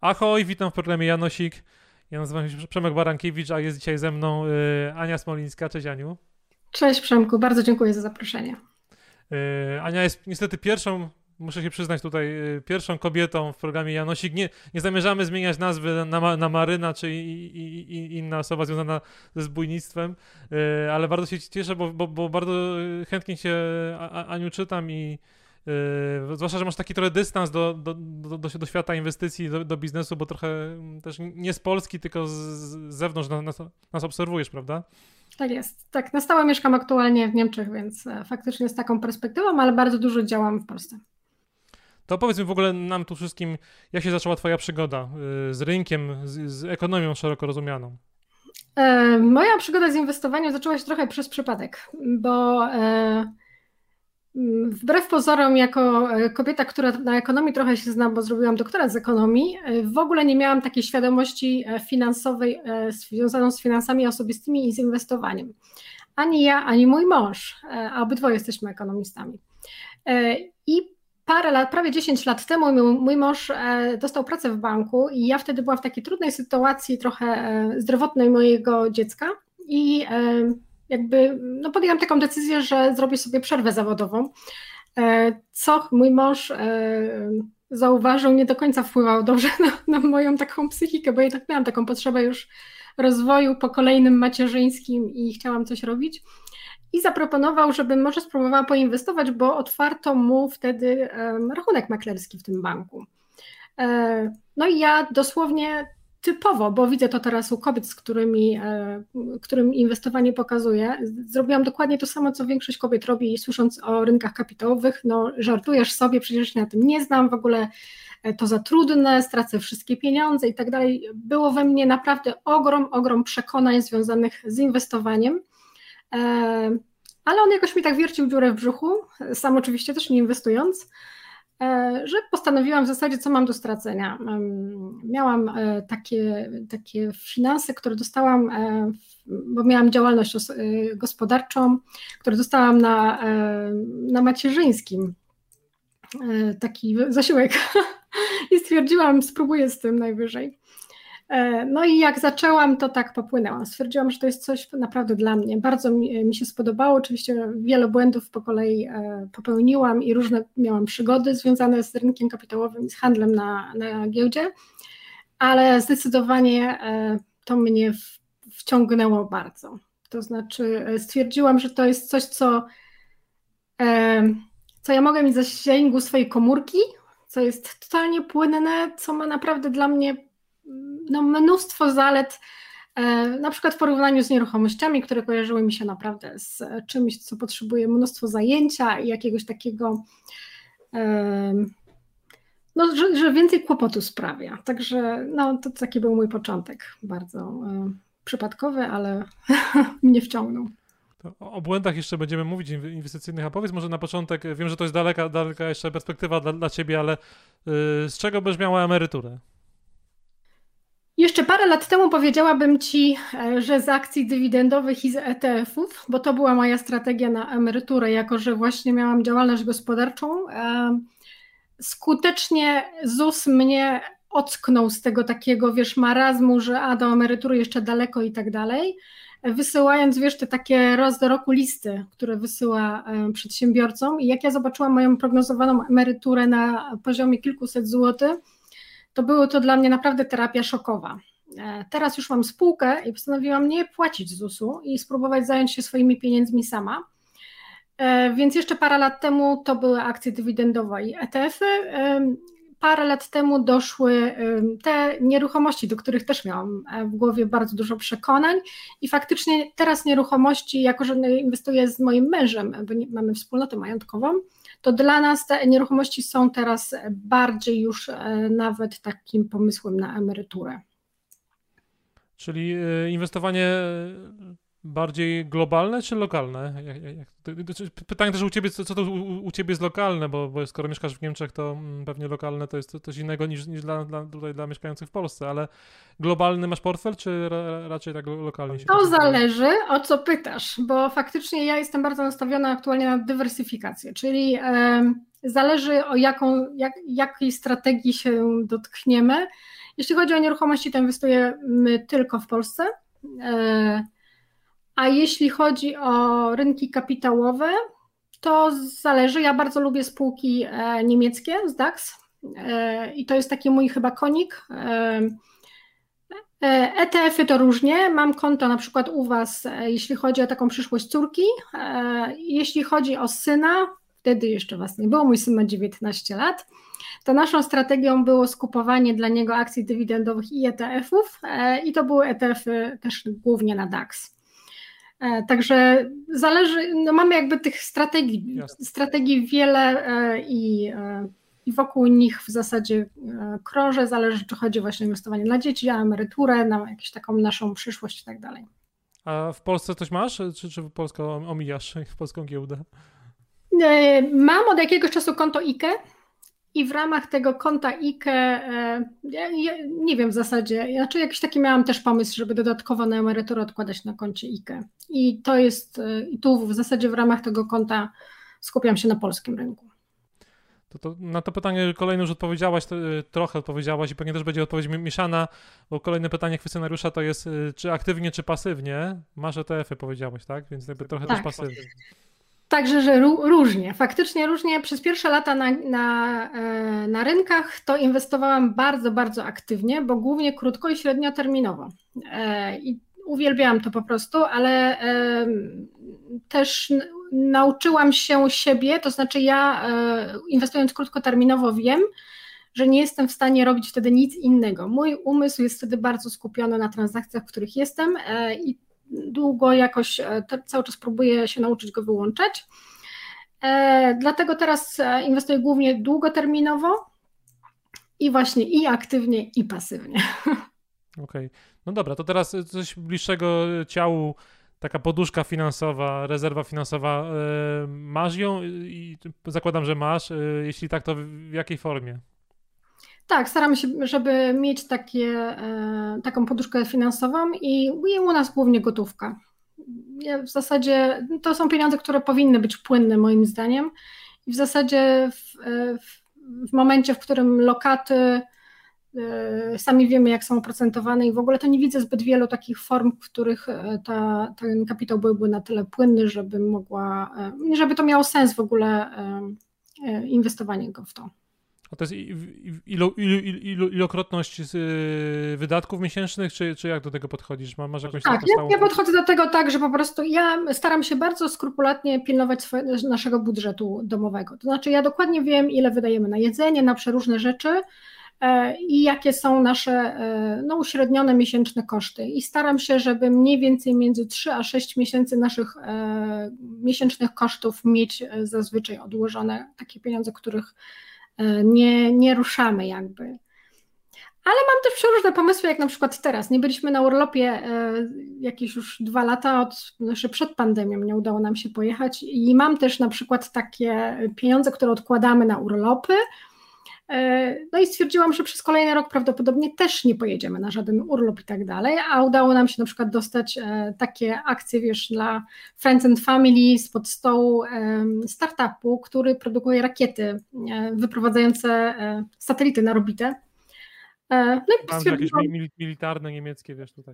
Ahoj, witam w programie Janosik. Ja nazywam się Przemek Barankiewicz, a jest dzisiaj ze mną Ania Smolińska. Cześć Aniu. Cześć Przemku, bardzo dziękuję za zaproszenie. Ania jest niestety pierwszą, muszę się przyznać tutaj, pierwszą kobietą w programie Janosik. Nie zamierzamy zmieniać nazwy na Maryna czy inna osoba związana ze zbójnictwem, ale bardzo się cieszę, bo bardzo chętnie się Aniu czytam i zwłaszcza, że masz taki trochę dystans do świata inwestycji, do biznesu, bo trochę też nie z Polski, tylko z zewnątrz nas obserwujesz, prawda? Tak jest. Tak, na stałe mieszkam aktualnie w Niemczech, więc faktycznie z taką perspektywą, ale bardzo dużo działam w Polsce. To powiedz mi w ogóle nam tu wszystkim, jak się zaczęła twoja przygoda z rynkiem, z ekonomią szeroko rozumianą? Moja przygoda z inwestowaniem zaczęła się trochę przez przypadek, bo wbrew pozorom, jako kobieta, która na ekonomii trochę się zna, bo zrobiłam doktorat z ekonomii, w ogóle nie miałam takiej świadomości finansowej związaną z finansami osobistymi i z inwestowaniem. Ani ja, ani mój mąż, a obydwoje jesteśmy ekonomistami. I parę lat, prawie 10 lat temu mój mąż dostał pracę w banku i ja wtedy byłam w takiej trudnej sytuacji trochę zdrowotnej mojego dziecka i jakby podjęłam taką decyzję, że zrobię sobie przerwę zawodową, co mój mąż zauważył, nie do końca wpływało dobrze na moją taką psychikę, bo ja tak miałam taką potrzebę już rozwoju po kolejnym macierzyńskim i chciałam coś robić. I zaproponował, żebym może spróbowała poinwestować, bo otwarto mu wtedy rachunek maklerski w tym banku. No i ja dosłownie typowo, bo widzę to teraz u kobiet, którym inwestowanie pokazuje, zrobiłam dokładnie to samo, co większość kobiet robi, słysząc o rynkach kapitałowych. No żartujesz sobie, przecież się na tym nie znam, w ogóle to za trudne, stracę wszystkie pieniądze i tak dalej. Było we mnie naprawdę ogrom przekonań związanych z inwestowaniem. Ale on jakoś mi tak wiercił dziurę w brzuchu, sam oczywiście też nie inwestując, że postanowiłam w zasadzie, co mam do stracenia. Miałam takie finanse, które dostałam, bo miałam działalność gospodarczą, które dostałam na macierzyńskim, taki zasiłek i stwierdziłam, spróbuję z tym najwyżej. No i jak zaczęłam, to tak popłynęłam. Stwierdziłam, że to jest coś naprawdę dla mnie. Bardzo mi się spodobało. Oczywiście wiele błędów po kolei popełniłam i różne miałam przygody związane z rynkiem kapitałowym i z handlem na giełdzie, ale zdecydowanie to mnie wciągnęło bardzo. To znaczy stwierdziłam, że to jest coś, co ja mogę mieć w zasięgu swojej komórki, co jest totalnie płynne, co ma naprawdę dla mnie mnóstwo zalet, na przykład w porównaniu z nieruchomościami, które kojarzyły mi się naprawdę z czymś, co potrzebuje mnóstwo zajęcia i jakiegoś takiego, że więcej kłopotu sprawia. Także to taki był mój początek, bardzo przypadkowy, ale mnie wciągnął. To o błędach jeszcze będziemy mówić inwestycyjnych, a powiedz może na początek, wiem, że to jest daleka jeszcze perspektywa dla ciebie, ale z czego będziesz miała emeryturę? Jeszcze parę lat temu powiedziałabym Ci, że z akcji dywidendowych i z ETF-ów, bo to była moja strategia na emeryturę, jako że właśnie miałam działalność gospodarczą. Skutecznie ZUS mnie ocknął z tego takiego, marazmu, że do emerytury jeszcze daleko i tak dalej, wysyłając, te takie raz do roku listy, które wysyła przedsiębiorcom. I jak ja zobaczyłam moją prognozowaną emeryturę na poziomie kilkuset złotych, to było to dla mnie naprawdę terapia szokowa. Teraz już mam spółkę i postanowiłam nie płacić ZUS-u i spróbować zająć się swoimi pieniędzmi sama. Więc jeszcze parę lat temu to były akcje dywidendowe i ETF-y. Parę lat temu doszły te nieruchomości, do których też miałam w głowie bardzo dużo przekonań i faktycznie teraz nieruchomości, jako że inwestuję z moim mężem, bo mamy wspólnotę majątkową, to dla nas te nieruchomości są teraz bardziej już nawet takim pomysłem na emeryturę. Czyli inwestowanie bardziej globalne czy lokalne? Pytanie też u ciebie, co to u ciebie jest lokalne, bo skoro mieszkasz w Niemczech, to pewnie lokalne to jest coś innego niż dla mieszkających w Polsce, ale globalny masz portfel, czy raczej tak lokalnie się To zależy, o co pytasz, bo faktycznie ja jestem bardzo nastawiona aktualnie na dywersyfikację, czyli zależy o jakiej strategii się dotkniemy. Jeśli chodzi o nieruchomości, to inwestujemy tylko w Polsce. A jeśli chodzi o rynki kapitałowe, to zależy. Ja bardzo lubię spółki niemieckie z DAX i to jest taki mój chyba konik. ETF-y to różnie. Mam konto na przykład u Was, jeśli chodzi o taką przyszłość córki. Jeśli chodzi o syna, wtedy jeszcze Was nie było, mój syn ma 19 lat, to naszą strategią było skupowanie dla niego akcji dywidendowych i ETF-ów i to były ETF-y też głównie na DAX. Także zależy, no mamy jakby tych strategii wiele i wokół nich w zasadzie krążę, zależy czy chodzi właśnie o inwestowanie dla dzieci, na emeryturę, na jakąś taką naszą przyszłość i tak dalej. A w Polsce coś masz? Czy Polskę omijasz, polską giełdę? Mam od jakiegoś czasu konto IKE i w ramach tego konta IKE, nie wiem w zasadzie, znaczy jakiś taki miałam też pomysł, żeby dodatkowo na emeryturę odkładać na koncie IKE i to jest, i tu w zasadzie w ramach tego konta skupiam się na polskim rynku. To na to pytanie kolejne już odpowiedziałaś, trochę odpowiedziałaś i pewnie też będzie odpowiedź mieszana, bo kolejne pytanie kwestionariusza to jest czy aktywnie, czy pasywnie. Masz ETF-y powiedziałeś, tak? Więc jakby trochę tak. Też pasywnie. Także, że różnie, faktycznie różnie. Przez pierwsze lata na rynkach to inwestowałam bardzo, bardzo aktywnie, bo głównie krótko i średnioterminowo. I uwielbiałam to po prostu, ale też nauczyłam się siebie, to znaczy ja inwestując krótkoterminowo wiem, że nie jestem w stanie robić wtedy nic innego. Mój umysł jest wtedy bardzo skupiony na transakcjach, w których jestem i długo jakoś cały czas próbuję się nauczyć go wyłączać. Dlatego teraz inwestuję głównie długoterminowo i właśnie i aktywnie, i pasywnie. Okej. No dobra, to teraz coś bliższego ciału, taka poduszka finansowa, rezerwa finansowa. Masz ją i zakładam, że masz. Jeśli tak, to w jakiej formie? Tak, staramy się, żeby mieć taką poduszkę finansową i u nas głównie gotówka. W zasadzie to są pieniądze, które powinny być płynne moim zdaniem i w zasadzie w momencie, w którym lokaty, sami wiemy jak są oprocentowane i w ogóle to nie widzę zbyt wielu takich form, w których ten kapitał byłby na tyle płynny, żeby to miało sens w ogóle inwestowanie go w to. A to jest ilokrotność wydatków miesięcznych, czy jak do tego podchodzisz? Masz jakąś tak, ja podchodzę do tego tak, że po prostu ja staram się bardzo skrupulatnie pilnować naszego budżetu domowego. To znaczy ja dokładnie wiem, ile wydajemy na jedzenie, na przeróżne rzeczy i jakie są nasze uśrednione miesięczne koszty. I staram się, żeby mniej więcej między 3 a 6 miesięcy naszych miesięcznych kosztów mieć zazwyczaj odłożone takie pieniądze, których nie ruszamy jakby. Ale mam też przeróżne pomysły, jak na przykład teraz. Nie byliśmy na urlopie jakieś już 2 lata, przed pandemią nie udało nam się pojechać i mam też na przykład takie pieniądze, które odkładamy na urlopy. No i stwierdziłam, że przez kolejny rok prawdopodobnie też nie pojedziemy na żaden urlop i tak dalej, a udało nam się na przykład dostać takie akcje, dla Friends and Family spod stołu startupu, który produkuje rakiety wyprowadzające satelity na orbitę. No i jakieś militarne niemieckie, tutaj.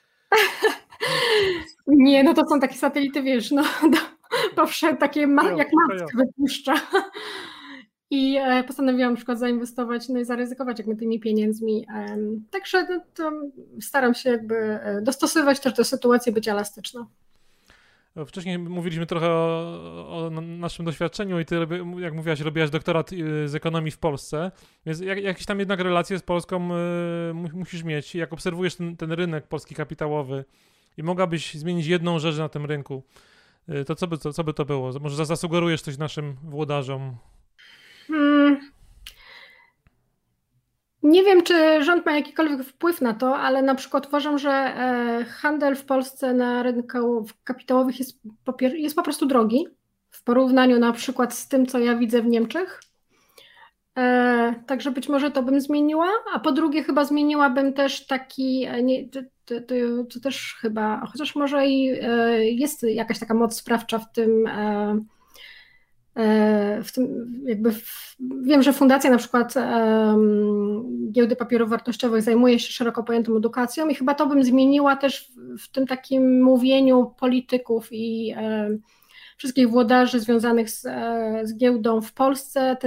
Nie, no to są takie satelity, takie jak Musk wypuszcza. I postanowiłam na przykład zainwestować, no i zaryzykować tymi pieniędzmi. Także to staram się dostosowywać też do sytuacji, być elastyczna. Wcześniej mówiliśmy trochę o naszym doświadczeniu i ty, jak mówiłaś, robiłaś doktorat z ekonomii w Polsce, więc jakieś tam jednak relacje z Polską musisz mieć. Jak obserwujesz ten rynek polski kapitałowy i mogłabyś zmienić jedną rzecz na tym rynku, to co by to było? Może zasugerujesz coś naszym włodarzom? Nie wiem, czy rząd ma jakikolwiek wpływ na to, ale na przykład uważam, że handel w Polsce na rynkach kapitałowych jest po prostu drogi w porównaniu na przykład z tym, co ja widzę w Niemczech. Także być może to bym zmieniła, a po drugie chyba zmieniłabym też to też chyba, chociaż może i jest jakaś taka moc sprawcza w tym, w tym wiem, że fundacja na przykład Giełdy Papierów Wartościowych zajmuje się szeroko pojętą edukacją i chyba to bym zmieniła też w tym takim mówieniu polityków i wszystkich włodarzy związanych z giełdą w Polsce,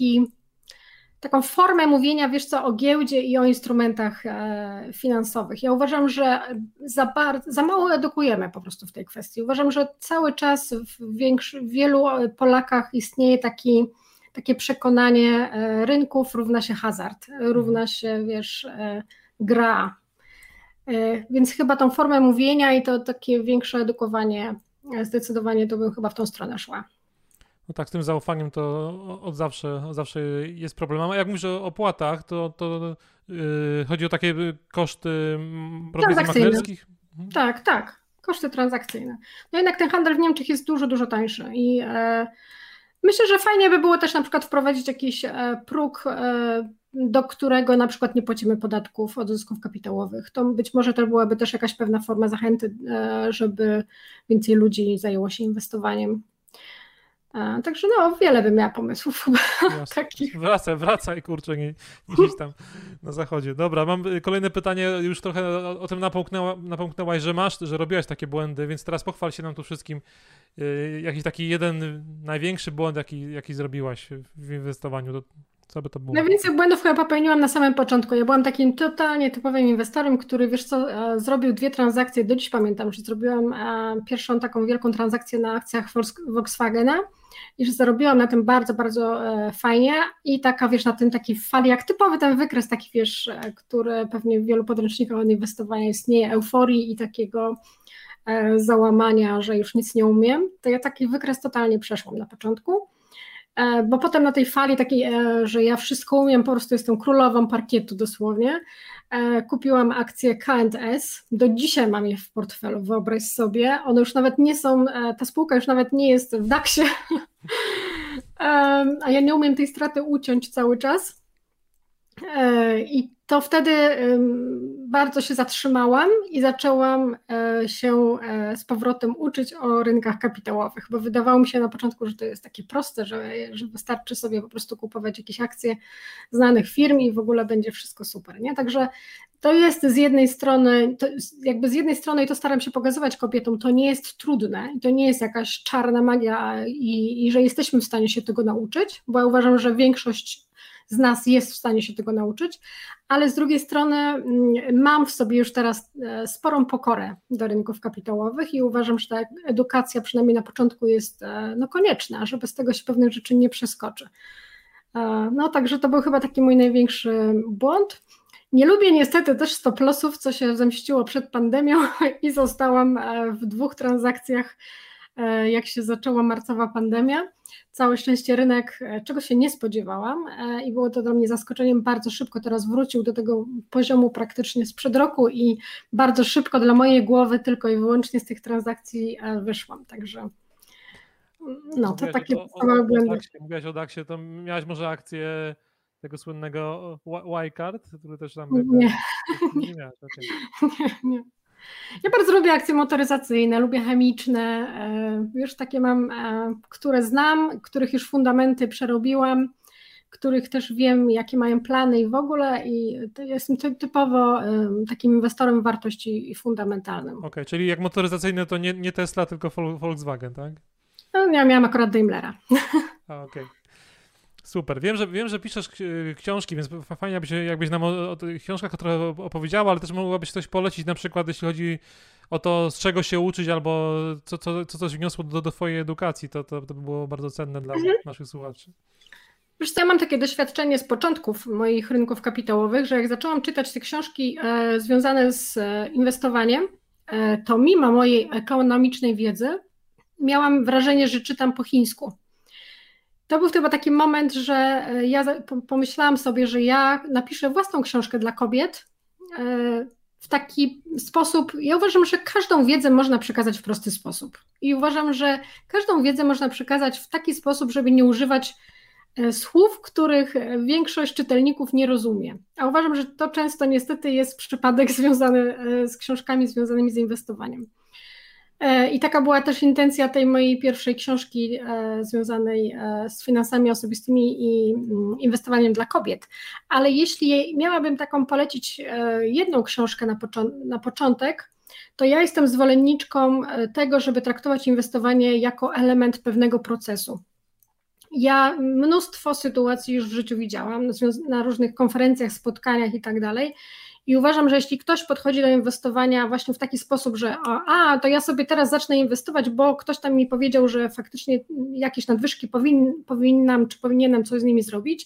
taką formę mówienia, wiesz co, o giełdzie i o instrumentach finansowych. Ja uważam, że za mało edukujemy po prostu w tej kwestii. Uważam, że cały czas w wielu Polakach istnieje takie przekonanie, rynków równa się hazard, równa się, wiesz, gra. Więc chyba tą formę mówienia i to takie większe edukowanie, zdecydowanie to bym chyba w tą stronę szła. No tak, z tym zaufaniem to od zawsze jest problem. A jak mówisz o opłatach, to chodzi o takie koszty prowizji maklerskich? Tak, koszty transakcyjne. No jednak ten handel w Niemczech jest dużo, dużo tańszy i myślę, że fajnie by było też na przykład wprowadzić jakiś próg, do którego na przykład nie płacimy podatków od zysków kapitałowych. To być może to byłaby też jakaś pewna forma zachęty, żeby więcej ludzi zajęło się inwestowaniem. Także no, wiele bym miała pomysłów takich. Wracaj, kurczę, nie gdzieś tam na zachodzie. Dobra, mam kolejne pytanie, już trochę o tym napomknęłaś, że robiłaś takie błędy, więc teraz pochwal się nam tu wszystkim. Jakiś taki jeden największy błąd, jaki zrobiłaś w inwestowaniu, co by to było? Najwięcej błędów chyba popełniłam na samym początku. Ja byłam takim totalnie typowym inwestorem, który, wiesz co, zrobił 2 transakcje, do dziś pamiętam, że zrobiłam pierwszą taką wielką transakcję na akcjach Volkswagena i że zarobiłam na tym bardzo, bardzo fajnie i taka, wiesz, na tym taki fali, jak typowy ten wykres taki, wiesz, który pewnie w wielu podręcznikach od inwestowania istnieje, euforii i takiego załamania, że już nic nie umiem, to ja taki wykres totalnie przeszłam na początku, bo potem na tej fali takiej, że ja wszystko umiem, po prostu jestem królową parkietu dosłownie, kupiłam akcje K&S, do dzisiaj mam je w portfelu, wyobraź sobie, one już nawet nie są, ta spółka już nawet nie jest w DAX-ie, a ja nie umiem tej straty uciąć cały czas i to wtedy bardzo się zatrzymałam i zaczęłam się z powrotem uczyć o rynkach kapitałowych, bo wydawało mi się na początku, że to jest takie proste, że wystarczy sobie po prostu kupować jakieś akcje znanych firm i w ogóle będzie wszystko super, nie? Także to jest z jednej strony, i to staram się pokazywać kobietom, to nie jest trudne i to nie jest jakaś czarna magia i że jesteśmy w stanie się tego nauczyć, bo ja uważam, że większość z nas jest w stanie się tego nauczyć, ale z drugiej strony mam w sobie już teraz sporą pokorę do rynków kapitałowych i uważam, że ta edukacja przynajmniej na początku jest konieczna, że bez tego się pewnych rzeczy nie przeskoczy. No także to był chyba taki mój największy błąd. Nie lubię niestety też stop lossów, co się zemściło przed pandemią i zostałam w 2 transakcjach, jak się zaczęła marcowa pandemia. Całe szczęście rynek, czego się nie spodziewałam i było to dla mnie zaskoczeniem, bardzo szybko teraz wrócił do tego poziomu praktycznie sprzed roku i bardzo szybko dla mojej głowy tylko i wyłącznie z tych transakcji wyszłam, także no to takie podstawowe błędy. Mówiłaś o DAX-ie, to miałaś może akcję tego słynnego Y-Card, który też tam... Nie miałaś, okay. Nie. Ja bardzo lubię akcje motoryzacyjne, lubię chemiczne, już takie mam, które znam, których już fundamenty przerobiłam, których też wiem, jakie mają plany i w ogóle i jestem typowo takim inwestorem wartości fundamentalnym. Okej, czyli jak motoryzacyjne to nie Tesla, tylko Volkswagen, tak? No, ja miałam akurat Daimlera. Okej. Super. Wiem, że piszesz książki, więc fajnie, jakbyś nam o tych książkach trochę opowiedziała, ale też mogłabyś coś polecić, na przykład jeśli chodzi o to, z czego się uczyć, albo co coś wniosło do twojej edukacji, to by było bardzo cenne dla naszych słuchaczy. Wiesz co, ja mam takie doświadczenie z początków moich rynków kapitałowych, że jak zaczęłam czytać te książki związane z inwestowaniem, to mimo mojej ekonomicznej wiedzy miałam wrażenie, że czytam po chińsku. To był chyba taki moment, że ja pomyślałam sobie, że ja napiszę własną książkę dla kobiet w taki sposób. Ja uważam, że każdą wiedzę można przekazać w prosty sposób. I uważam, że każdą wiedzę można przekazać w taki sposób, żeby nie używać słów, których większość czytelników nie rozumie. A uważam, że to często niestety jest przypadek związany z książkami związanymi z inwestowaniem. I taka była też intencja tej mojej pierwszej książki związanej z finansami osobistymi i inwestowaniem dla kobiet. Ale jeśli miałabym taką polecić jedną książkę na początek, to ja jestem zwolenniczką tego, żeby traktować inwestowanie jako element pewnego procesu. Ja mnóstwo sytuacji już w życiu widziałam na różnych konferencjach, spotkaniach i tak dalej. I uważam, że jeśli ktoś podchodzi do inwestowania właśnie w taki sposób, że to ja sobie teraz zacznę inwestować, bo ktoś tam mi powiedział, że faktycznie jakieś nadwyżki powinnam czy powinienem coś z nimi zrobić,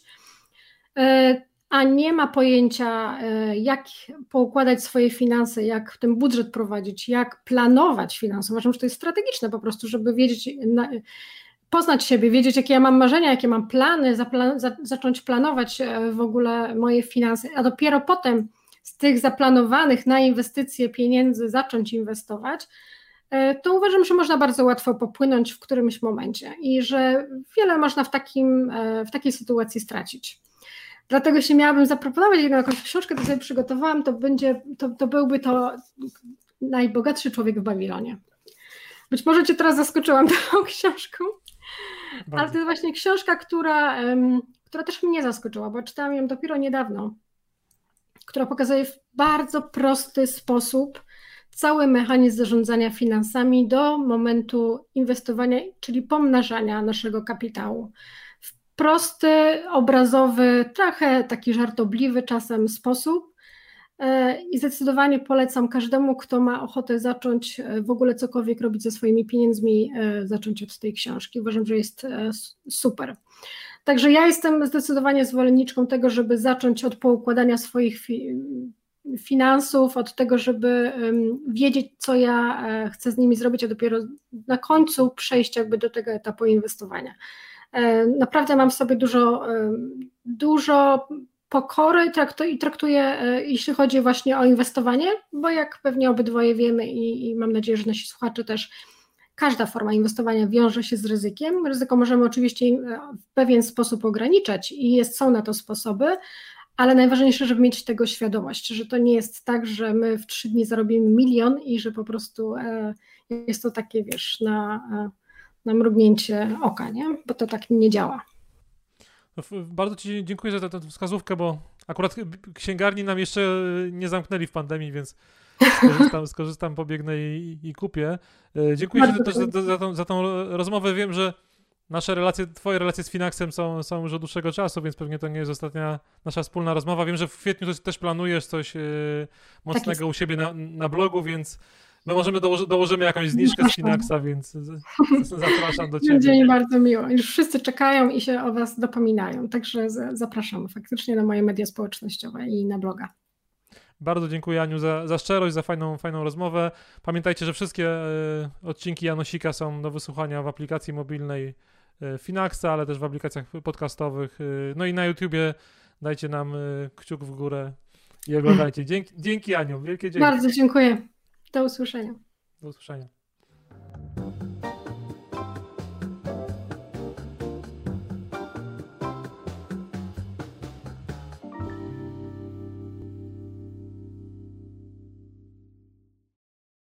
a nie ma pojęcia, jak poukładać swoje finanse, jak ten budżet prowadzić, jak planować finanse. Uważam, że to jest strategiczne po prostu, żeby wiedzieć, poznać siebie, wiedzieć, jakie ja mam marzenia, jakie mam plany, zacząć planować w ogóle moje finanse, a dopiero potem z tych zaplanowanych na inwestycje pieniędzy zacząć inwestować, to uważam, że można bardzo łatwo popłynąć w którymś momencie i że wiele można w takiej sytuacji stracić. Dlatego jeśli miałabym zaproponować jakąś książkę, to sobie przygotowałam, to byłby to Najbogatszy człowiek w Babilonie. Być może cię teraz zaskoczyłam tą książką, ale to jest właśnie książka, która też mnie zaskoczyła, bo czytałam ją dopiero niedawno, która pokazuje w bardzo prosty sposób cały mechanizm zarządzania finansami do momentu inwestowania, czyli pomnażania naszego kapitału. W prosty, obrazowy, trochę taki żartobliwy czasem sposób i zdecydowanie polecam każdemu, kto ma ochotę zacząć w ogóle cokolwiek robić ze swoimi pieniędzmi, zacząć od tej książki. Uważam, że jest super. Także ja jestem zdecydowanie zwolenniczką tego, żeby zacząć od poukładania swoich finansów, od tego, żeby wiedzieć, co ja chcę z nimi zrobić, a dopiero na końcu przejść jakby do tego etapu inwestowania. Naprawdę mam w sobie dużo pokory i traktuję, jeśli chodzi właśnie o inwestowanie, bo jak pewnie obydwoje wiemy i mam nadzieję, że nasi słuchacze też, każda forma inwestowania wiąże się z ryzykiem. Ryzyko możemy oczywiście w pewien sposób ograniczać i są na to sposoby, ale najważniejsze, żeby mieć tego świadomość, że to nie jest tak, że my w 3 dni zarobimy 1 000 000 i że po prostu jest to takie, wiesz, na mrugnięcie oka, nie? Bo to tak nie działa. Bardzo Ci dziękuję za tę wskazówkę, bo akurat księgarni nam jeszcze nie zamknęli w pandemii, więc skorzystam, pobiegnę i kupię. Dziękuję Ci też za tą rozmowę. Wiem, że Twoje relacje z Finaxem są już od dłuższego czasu, więc pewnie to nie jest ostatnia nasza wspólna rozmowa. Wiem, że w kwietniu też planujesz coś mocnego tak u siebie na blogu, więc my możemy dołożymy jakąś zniżkę z Finaxa, więc zapraszam do Ciebie. Będzie mi bardzo miło. Już wszyscy czekają i się o Was dopominają, także zapraszam faktycznie na moje media społecznościowe i na bloga. Bardzo dziękuję, Aniu, za szczerość, za fajną rozmowę. Pamiętajcie, że wszystkie odcinki Janosika są do wysłuchania w aplikacji mobilnej Finaxa, ale też w aplikacjach podcastowych. No i na YouTubie dajcie nam kciuk w górę i oglądajcie. Dzięki, Aniu. Wielkie dzięki. Bardzo dziękuję. Do usłyszenia. Do usłyszenia.